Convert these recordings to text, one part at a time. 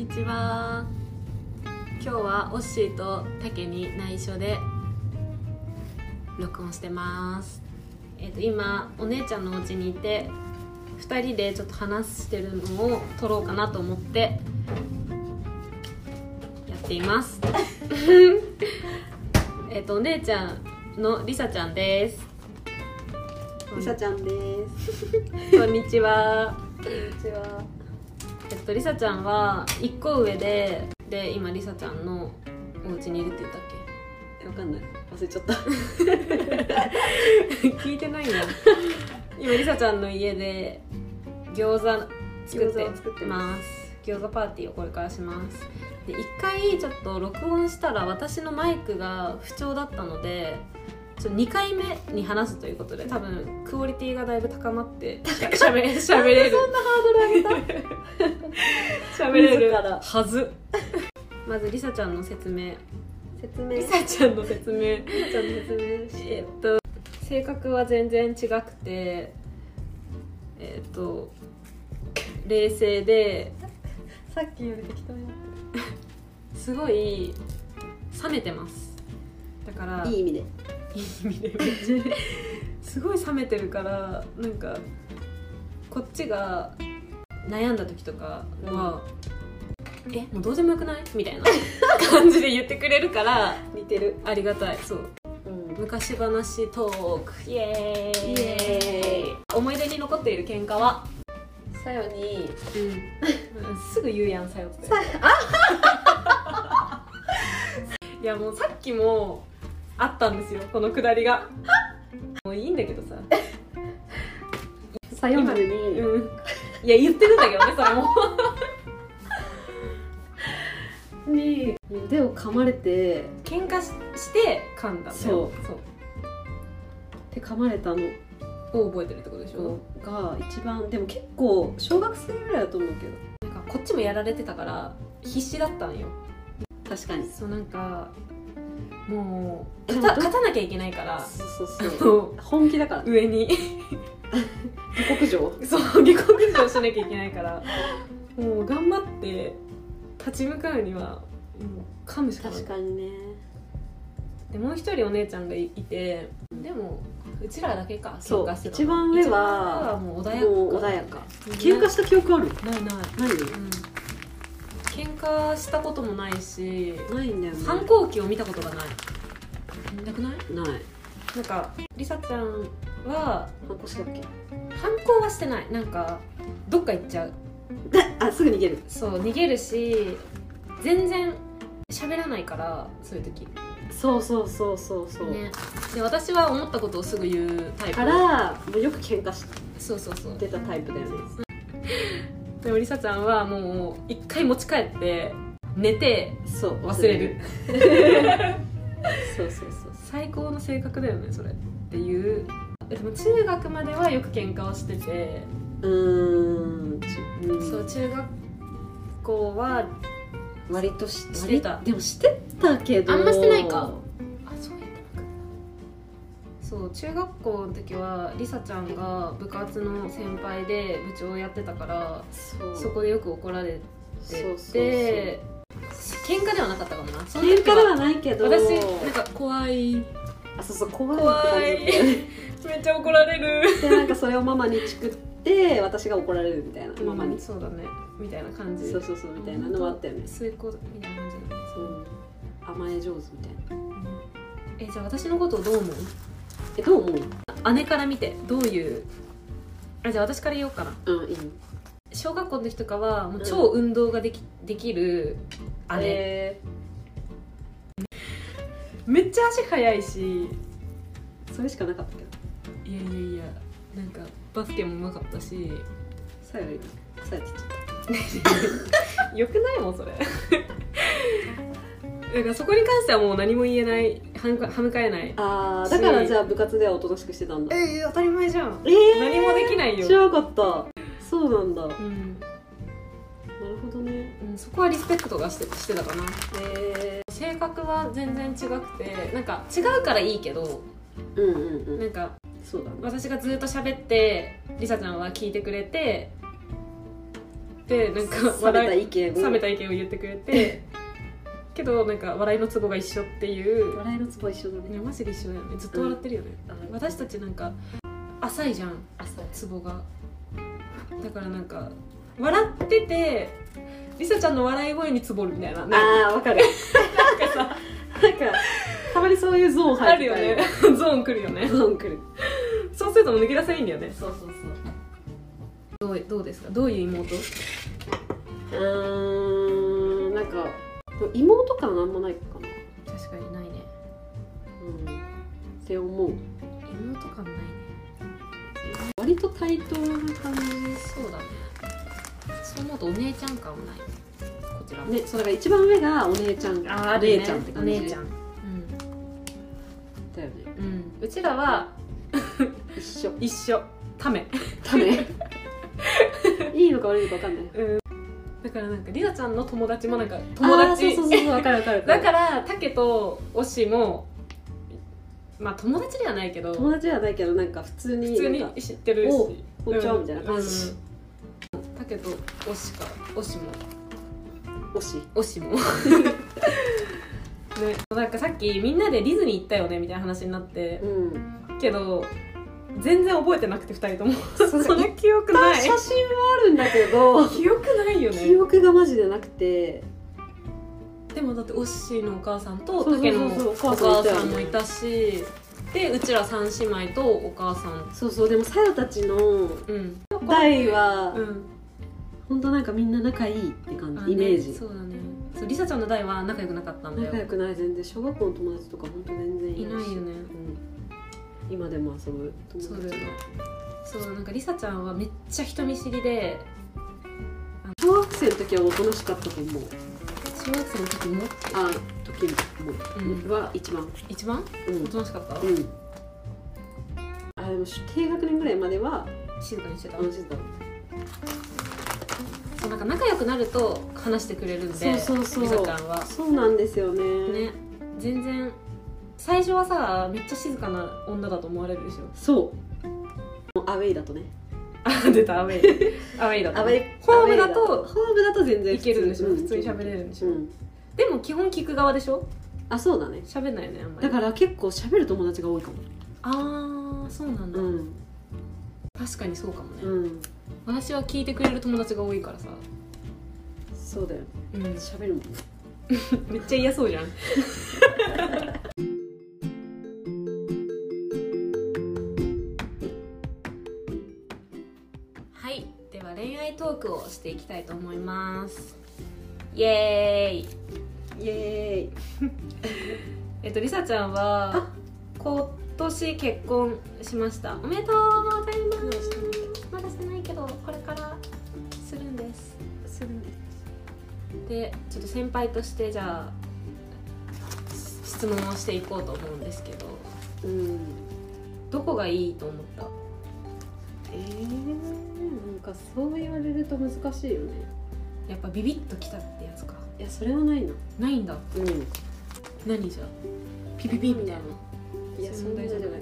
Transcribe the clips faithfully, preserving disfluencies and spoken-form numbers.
にちは。今日はオッシーとタケに内緒で録音してます。えっと今お姉ちゃんのお家にいてふたりでちょっと話してるのを撮ろうかなと思ってやっていますえっとお姉ちゃんのりさちゃんです。 りさちゃんです。 こんにちは。 こんにちは。 えっとりさちゃんはいっこ上でで今りさちゃんのお家にいるって言ったっわかんない、忘れちゃったけ聞いてないんだ今りさちゃんの家で餃子作って餃子を作ってまます餃子パーティーをこれからします。でいっかいちょっと録音したら私のマイクが不調だったのでちょにかいめに話すということで多分クオリティがだいぶ高まってしゃべしゃべれるそんなハードル上げたしゃべれる自らはずまずりさちゃんの説明説明りさちゃんの説明りさちゃんの説明してえっと性格は全然違くてえっと冷静でさっきより適当になってすごい冷めてます。だからる。いい意味でいい意味でめっちゃすごい冷めてるからなんかこっちが悩んだ時とかは、うん、えもうどうでもよくないみたいな感じで言ってくれるから似てる。 ありがたい。そう、 うん、 昔話トークイエーイ、 イエーイ。 思い出に残っている喧嘩はさよに、 うん、すぐ言うやんさよっていやもうさっきもあったんですよこのくだりがもういいんだけどささよに、 うん、いや言ってるんだけどねそれもに腕を噛まれて喧嘩 し, して噛んだんだよ。 そうそうで噛まれたのを覚えてるってことでしょ。 が一番でも結構小学生ぐらいだと思うけどなんかこっちもやられてたから必死だったんよ。 確かにそうなんかもうでも勝た勝たなきゃいけないからそうそうそう本気だから上に下克上そう下克上しなきゃいけないからもう頑張って立ち向かうにはもう噛むしかない。 確かにね。 でもう一人お姉ちゃんがいてでもうちらだけかそう喧嘩してたの。 一番上は一番上はもう穏やか。 もう穏やか。喧嘩した記憶ある？ ないない、 ないよ。 うん、喧嘩したこともないしないんだよね。 反抗期を見たことがない。なくない？ ない。 なんかりさちゃんは反抗したっけ？ 反抗はしてない。なんかどっか行っちゃう。 あ、すぐ逃げる。 そう逃げるし全然喋らないからそういう時そうそうそうそうそう、 ね。で私は思ったことをすぐ言うタイプからもうよく喧嘩しそうそうそうてたタイプだよね。 でもりさちゃんはもう一回持ち帰って寝てそう忘れるそうそうそう最高の性格だよねそれっていう。でも中学まではよく喧嘩をしててうーんうんそう中学校は割とししてた。 でもしてたけどあんましてないか。あ、そうやったのか。そう中学校の時はりさちゃんが部活の先輩で部長をやってたからそうそこでよく怒られててそうそうそう喧嘩ではなかったかもな。その喧時嘩ではないけど私なんか怖いあそうそう怖い怖いって感じでめっちゃ怒られるでなんかそれをママにチクって私が怒られるみたいな、ママにそうだねみたいな感じ。 そうそうそうみたいなのもあったよね。 末っ子みたいな感じなの。 そう甘え上手みたいな。 えじゃあ私のことをどう思う？ えどう思う？ 姉から見てどういうあじゃあ私から言おうかな。 うんいい。 小学校の時とかはもう超運動ができ、できる姉、 えめっちゃ足速いしー、それしかなかったけどいやいやいやなんかバスケもうまかったしさよりさよって言っちゃっよくないもんそれだからそこに関してはもう何も言えないはん歯向かえない。 た。あーだからじゃあ部活ではおとなしくしてたんだ。 えー、当たり前じゃん。 えー、 何もできないよ。 知らなかった。そうなんだ。なるうんほどね。 うん、そこはリスペクトがして、してたかな。 え性格は全然違くてなんか違うからいいけどー、うんうんうん。 なんかそうだね。 私がずっと喋ってりさちゃんは聞いてくれてってなんか冷めた意見を冷めた意見を言ってくれてけどなんか笑いのツボが一緒っていう笑いのツボ一緒だね。 ね、マジで一緒だよね。ずっと笑ってるよね、 うん、 私たちなんか浅いじゃん浅いツボが。だからなんか笑っててりさちゃんの笑い声にツボるみたいな、ね、 あーわかるなんかさなんかたまにそういうゾーン入あってたるよねゾーン来るよね。 ゾーン来る。 そうすると抜け出せばいいんだよね。 そうそうそう。 どうどうですか、どういう妹？ うーん、なんか妹感なんもないかな。 確かにないね。 うんって思う。 妹感ないね。 割と対等な感じ。 そうだね。そう思うとお姉ちゃん感はないこちらもね、それが一番上がお姉ちゃん、 あー、 お姉ちゃんって感じ。 お姉ちゃん、うんだよね。 うん、うちらは一緒。 一緒ためためいいのか悪いのか分かんない。 だからなんかりさちゃんの友達もなんか友達、 あーそうそうそう、分かる分かる分かる。 だからたけとおしもまあ友達ではないけど友達じゃないけどなんか普通に普通になんか知ってるし、 おこんにちはみたいな感じ。 たけとおしかおしもおしおしもね、なんかさっきみんなでディズニー行ったよねみたいな話になってうん。 けど全然覚えてなくてふたりともそその記憶ない写真はあるんだけど記憶ないよね。 記憶がマジでなくて。 でもだっておっしーのお母さんとそうそうそうたけのそうお母さんもいたし、でうちら三姉妹とお母さん、 そうそう、でもさよたちのうん代は、 うんほんとなんかみんな仲いいって感あじ、イメージ。 ね、そうだね。そうりさちゃんの代は仲良くなかったんだよ。 仲良くない、全然。小学校の友達とかほんと全然いないし。 いないよね。 うん、今でも遊ぶ友達が。 そうだよね。そうなんかりさちゃんはめっちゃ人見知りで、 小学生の時はおとなしかったと思う。 小学生の時もあ、時も、 うんは一番。 一番うんおとなしかった、 うん。あ、でも低学年ぐらいまでは静かにしてた。 安心だ。 そうなんか仲良くなると話してくれるんで、 そうそうそうりさちゃんはそうなんですよね。 ね、全然最初はさめっちゃ静かな女だと思われるでしょ。 そうアウェイだとね。 あ、出たアウェイアウェイだと、 アウェイホームだとホームだと全然いけるんでしょ、 うん普通に喋れるんでしょ、 うん、 でも基本聞く側でしょ。 あ、そうだね。 喋んないよねあんまり。 だから結構喋る友達が多いかも。 ああそうなんだ、 うん確かにそうかもね、 うん、 私は聞いてくれる友達が多いからさ、 そうだよ。 うん、 喋るもん。 めっちゃ嫌そうじゃんはい、では恋愛トークをしていきたいと思います。イエーイ。 イエーイ。 えっとりさちゃんは今年結婚しました。おめでとうございます。まだしてないけどこれからするんですするんです。 でちょっと先輩としてじゃあ質問をしていこうと思うんですけど、 うん。 どこがいいと思った？ えー、なんかそう言われると難しいよね。 やっぱビビッときたってやつか。 いや、それはないな。 ないんだ。 うん。 何じゃピピピみたいな。 いや、そんなじゃない。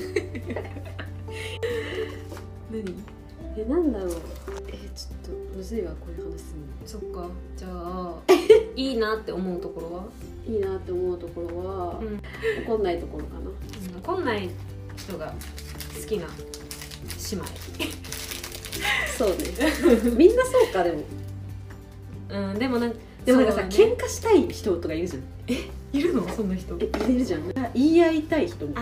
何？ え、なんだろう。え、ちょっとむずいわ、こういう話すそっか。じゃあいいなって思うところは？ るの。いいなって思うところは、 うん、 怒んないところかな。 怒んない人が好きな姉妹。 そうね。みんなそうか、でも。 うん、でもなんかでもなんかさ、 そうだね喧嘩したい人とかいるじゃん。 いるのそんな人？ え、いるじゃん。言い合いたい人も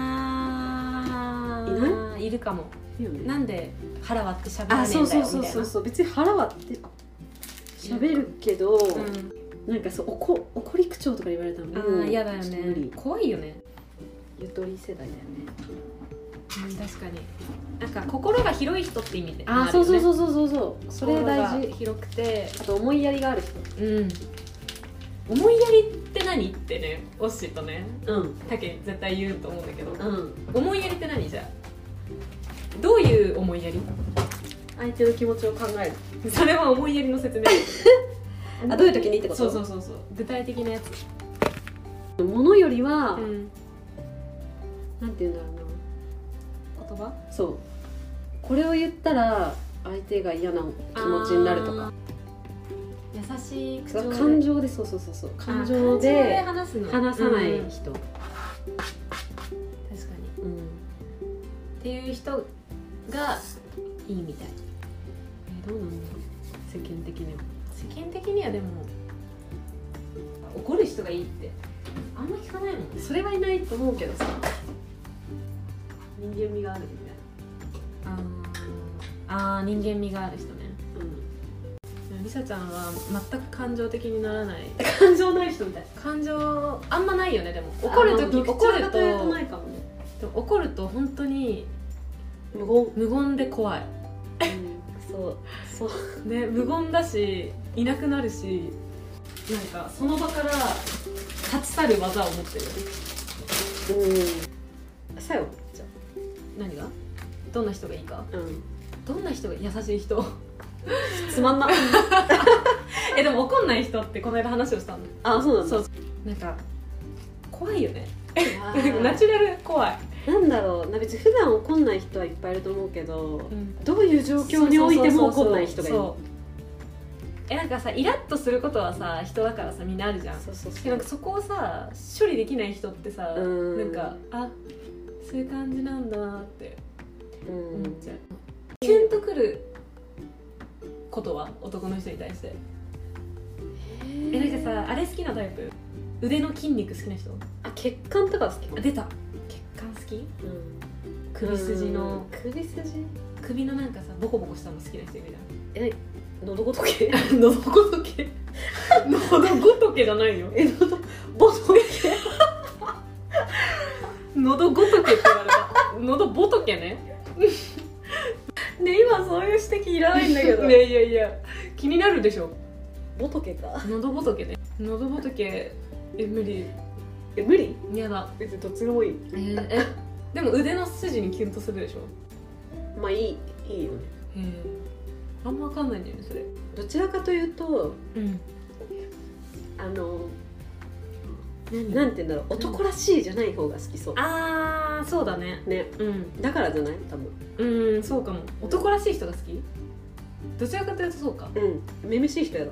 あーいないいるかも。 いるよね。 なんで腹割って喋らあ、 ねえそうんだよみたいな。 そうそうそうそう。別に腹割って喋るけど、 うんなんかそう怒怒り口調とか言われたらあもうー嫌だよちょっと無理ね。怖いよね。 ゆとり世代だよね。 うん、確かに。なんか心が広い人って意味で。 あ、そうそうそううそうそうそう。それ大事。 広くて、 あと思いやりがある人。 うん。思いやりって何ってね、オッシーとね、 うんタケ絶対言うと思うんだけど、 うん。 思いやりって何じゃあ？どういう思いやり？ 相手の気持ちを考える。 それは思いやりの説明。 あ、どういう時にってこと？ そうそうそうそう。具体的なやつ。 物よりは、 うん。 なんて言うんだろうな。 言葉？ そう。これを言ったら相手が嫌な気持ちになるとか、 優しい口調で感情でそうそうそうそう感情感情でで話すの話さないうん人、 確かにうんっていう人がいいみたい。 えどうなんだろう世間的には。 世間的にはでも怒る人がいいってあんま聞かないもんね。 それはいないと思うけどさ、人間味があるみたいあーあー人間味がある人ね。 な、 りさちゃんは全く感情的にならない。 うん、感情ない人みたい。 感情あんまないよね。でも怒るとき怒るととないかもね。 でも怒ると本当に無言、 無言で怖い、 うん、そうそうね、無言だしいなくなるし、なんかその場から立ち去る技を持ってる。 うんさよじゃ何がどんな人がいいか。 あ、うんどんな人が優しい人つまんなえでも怒んない人ってこの間話をしたの。 あ、そうなんだ。 そうなんか怖いよねあーナチュラル怖い、 なんだろうな、別に普段怒んない人はいっぱいいると思うけど、 うんどういう状況においても怒んない人がいる。 そうえなんかさイラッとすることはさ人だからさみんなあるじゃん。 そうそうそうでなんかそこをさ処理できない人ってさうんなんかあそういう感じなんだなってうん思っちゃう。キュンとくることは男の人に対してえなんかさあれ好きなタイプ、腕の筋肉好きな人。 あ、血管とか好きかも。 あ出た血管好き。 うん首筋のうん首筋首のなんかさボコボコしたの好きな人いるじゃん。 え、喉ごとけ喉ごとけ喉ごとけじゃないよ。 え、喉ボトケ喉ごとけって言われた喉ボトケねね、今そういう指摘いらないんだけどいやいやいや気になるでしょ。 ボトケか。 喉ボトケね。喉ボトケえ無理え、無理？ やだ。 別にどっちでもいい。 えーえでも腕の筋にキュンとするでしょ。 まあいい、いいよね。 へえあんま分かんないんだよねそれ。 どちらかというと、 うんあの何なんて言うんだろう、男らしいじゃない方が好きそう。 あーそうだね。 ね、 うんだからじゃない？多分。 うんそうかも。男らしい人が好き。どちらかというとそうか。 うん。めめしい人やだ。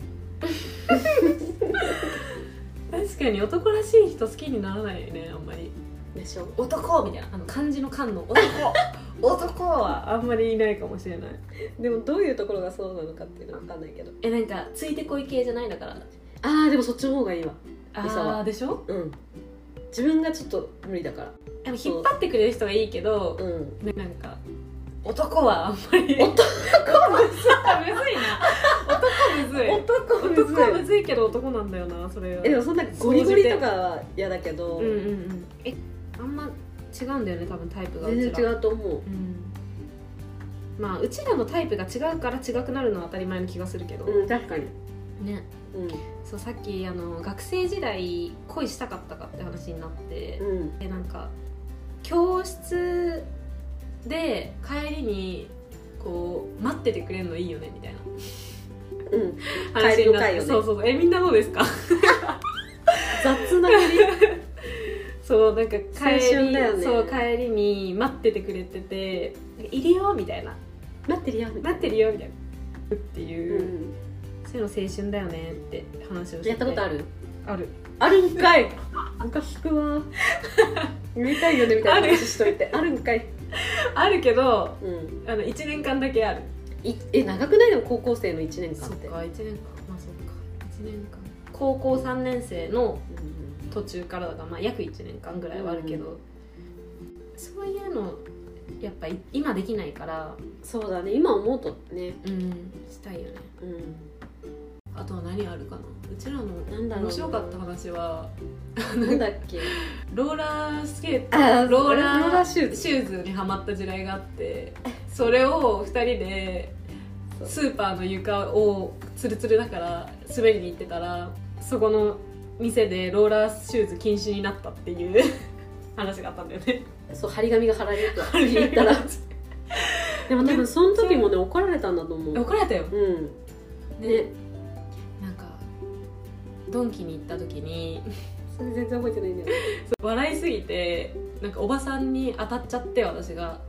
確かに男らしい人好きにならないよねあんまり。 でしょ。 男みたいなあの漢字の漢の男男はあんまりいないかもしれない。 でもどういうところがそうなのかっていうのは分かんないけど。 えなんかついてこい系じゃないだから。 あー、でもそっちの方がいいわ。 あリサはーでしょ。 うん。自分がちょっと無理だから。 でも引っ張ってくれる人がいいけど、 うん。 ねなんか男はあんまり男むずいな男むずい男むずい男むずいけど男なんだよなそれは。 え、でもそんなゴリゴリとかは嫌だけど、 うんうんうんえあんま違うんだよね多分タイプがうち全ら。 然違うと思う。 うんまあうちらのタイプが違うから違くなるのは当たり前の気がするけど、 うん、確かに。 ねうん。 そうさっきあの学生時代恋したかったかって話になって、 うん。 でなんか教室で帰りにこう待っててくれるのいいよねみたいなうん。 話になって、 帰りの会よねそうそうそうえみんなどうですか雑な振り。 そうなんか帰青り、 春だよねそう帰りに待っててくれてているよみたいな待ってるよ。 待ってるよみたいなっていう、 うん。 そういうの青春だよねって話をしててやったことある？ あるあるんかい。ムカつくわ。やりたいよねみたいな話しといて。あるんかい。 あるけどうん。 あのいちねんかんだけある。 いえ、長くない？でも高校生のいちねんかんって。 そっかいちねんかまあそっかいちねんかん高校さんねん生のうん。 途中からだから、まあ、約いちねんかんぐらいはあるけど、 うんそういうのやっぱり今できないからそうだね、今思うとね。 うんしたいよね。 うん。 あとは何あるかな。うちらのなんだろうな面白かった話はなんだっけ。 ローラースケートあローラーローラーシューズシューズにハマった時代があってそれをふたりでスーパーの床をツルツルだから滑りに行ってたらそこの店でローラーシューズ禁止になったっていう話があったんだよね。 そう、張り紙が貼られると言ったら。でも多分その時もね、怒られたんだと思う。 怒られたよ。 うん。 ね、なんかドンキに行った時にそれ全然覚えてないんだよね。 笑いすぎてなんかおばさんに当たっちゃって私がそし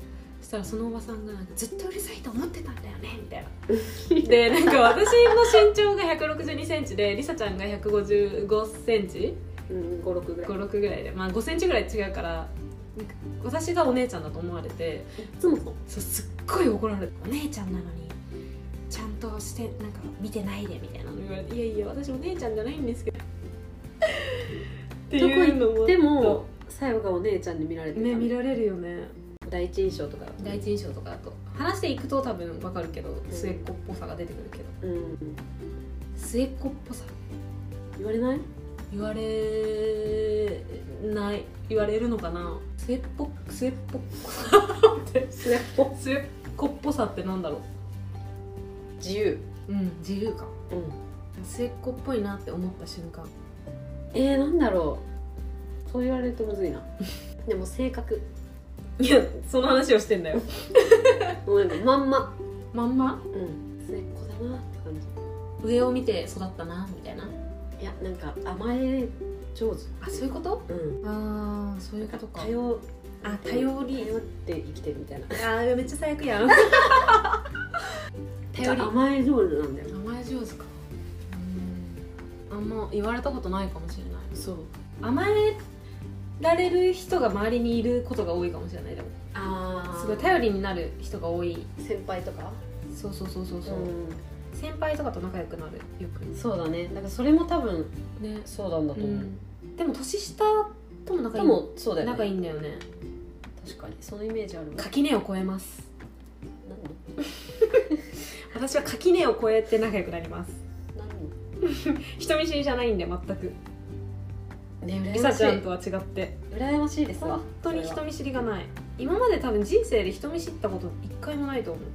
したらそのおばさんがなんかずっとうるさいと思ってたんだよねみたいなでなんか私の身長がひゃくろくじゅうにセンチでりさちゃんがひゃくごじゅうごセンチ、 うん、ご、ろくぐらいご、ろくぐらいで、まあ、ごセンチぐらい違うから私がお姉ちゃんだと思われていつもそうそうすっごい怒られて、お姉ちゃんなのにちゃんとしてなんか見てないでみたいなの言われて、いやいや私お姉ちゃんじゃないんですけどっていうのもでもさよがお姉ちゃんに見られてたね、見られるよね。 第一印象とか第一印象とかだと話していくと多分わかるけど、末っ子っぽさが出てくるけど、 うん、 末っ子っぽさ言われない？ 言われない言われるのかな。末っぽ末っぽ末っぽ末っ子っぽさってなんだろう。 自由、 うん自由か、 うん、 末っ子っぽいなって思った瞬間。 えー、なんだろう、そう言われるとむずいなでも性格、 いやその話をしてんだよごめんまんままんま、 うん、末っ子だなって感じ。 上を見て育ったなみたいな。 いやなんか甘え上手。 あそういうこと、 うん、 ああそういうことか。 頼あ頼り頼って生きてるみたいな。 あーめっちゃ最悪やん頼り甘え上手なんだよ。 甘え上手か。うんあんま言われたことないかもしれない。 そう甘えられる人が周りにいることが多いかもしれない。でもあすごい頼りになる人が多い。 先輩とか、 そうそうそうそうそう、 うん、 先輩とかと仲良くなるよく。 そうだね。だからそれも多分ねそうなんだと思う、 うん、でも年下とも仲いい。 でもそうだよね、 仲いいんだよね。 確かにそのイメージあるわ。 垣根を越えます。 何の私は垣根を越えて仲良くなります。 何の人見知りじゃないんで全く。 ね、 りさちゃんとは違って羨ましいですわ。 本当に人見知りがない。今まで多分人生で人見知ったこと一回もないと思う。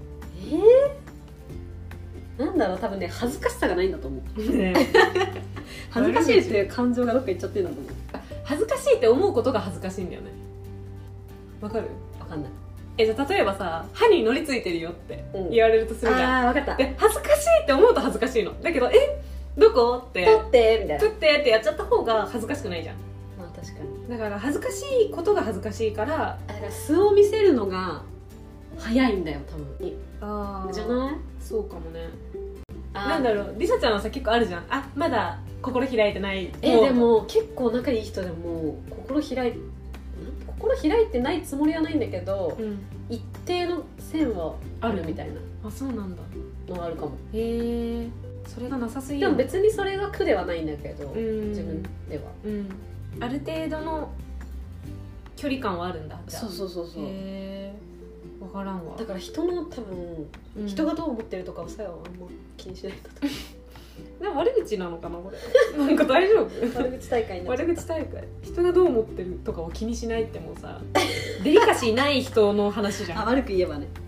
えー、なんだろう、多分ね恥ずかしさがないんだと思う、 ね、 恥ずかしいっていう感情がどっか行っちゃってるんだと思う。 恥ずかしいって思うことが恥ずかしいんだよね。わかる？ わかんない。 えじゃあ例えばさ、歯に乗りついてるよって言われるとするじゃん、 うん、あー分かった。 で恥ずかしいって思うと恥ずかしいのだけど、えどこって取ってみたいな、 取ってってやっちゃった方が恥ずかしくないじゃん。 まあ確かに。 だから恥ずかしいことが恥ずかしいからだから素を見せるのが早いんだよ多分。 あじゃない？ そうかもね。 あなんだろう、りさちゃんはさ結構あるじゃん。あまだ心開いてない。 えでも結構仲いい人でも心開い心開いてないつもりはないんだけど、 うん、 一定の線はあるみたいなあそうなんだ。 のがあるかも。 へえそれがなさすぎる。 でも別にそれが苦ではないんだけど、 うん自分では、 うん、ある程度の距離感はあるんだ。じゃあそうそうそうそう。 へえ分からんわ。 だから人の多分、うん、人がどう思ってるとかはさよあんま気にしないんだと思うでも悪口なのかなこれなんか大丈夫悪口大会になっちゃった。 悪口大会。人がどう思ってるとかを気にしないってもうさデリカシーない人の話じゃん。 あ悪く言えばね、 うん、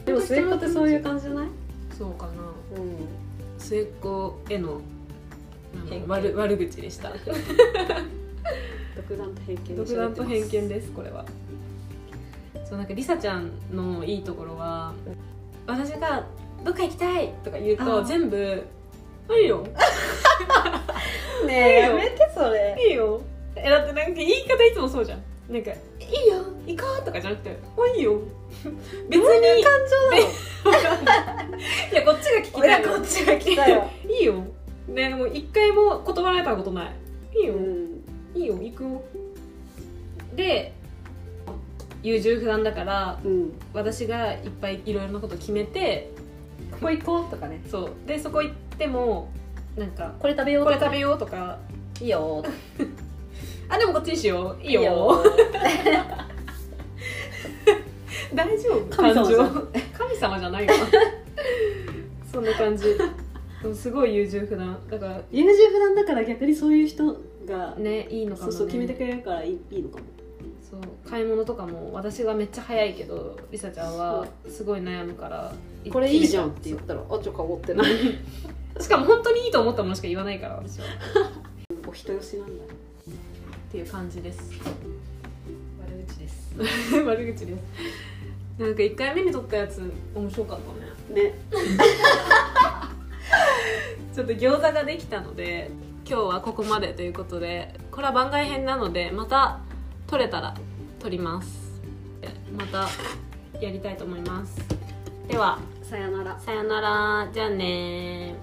でも末っ子ってそういう感じじゃない？ そうかな、 うん、 末っ子への偏見悪, 悪口でした独断と偏見で独断と偏見です。これはそうなんかりさちゃんのいいところは、うん、私がどっか行きたいとか言うと全部いいよねえやめてそれ。 いいよ。えだってなんか言い方いつもそうじゃん。なんかいいよ行こうとかじゃなくてあいいよ別にどういう感情なのいやこっちが聞きたい。 こっちが聞きたいわいいよね。もう一回も断られたことない。いいよ、 うん、 いいよ行くよで優柔不断だから、うん、私がいっぱいいろいろなこと決めてここ行こうとかね。 そうでそこ行ってもなんかこれ食べようこれ食べようとかいいよあでもこっちにしよういいよ、いいよ大丈夫？ 神様じゃん。 神様じゃないかそんな感じ。すごい優柔不断だから。 優柔不断だから逆にそういう人がねいいのかもね。 そうそう決めてくれるからいい、いいのかも。 そう買い物とかも私がめっちゃ早いけどりさちゃんはすごい悩むからこれいいじゃんって言ったらあちょ買おうってないしかも本当にいいと思ったものしか言わないから私はお人よしなんだっていう感じです。 悪口です悪口です。なんかいっかいめに撮ったやつ面白かったね。 ねちょっと餃子ができたので今日はここまでということで、これは番外編なのでまた撮れたら撮ります。またやりたいと思います。ではさよなら。 さよなら、じゃあね。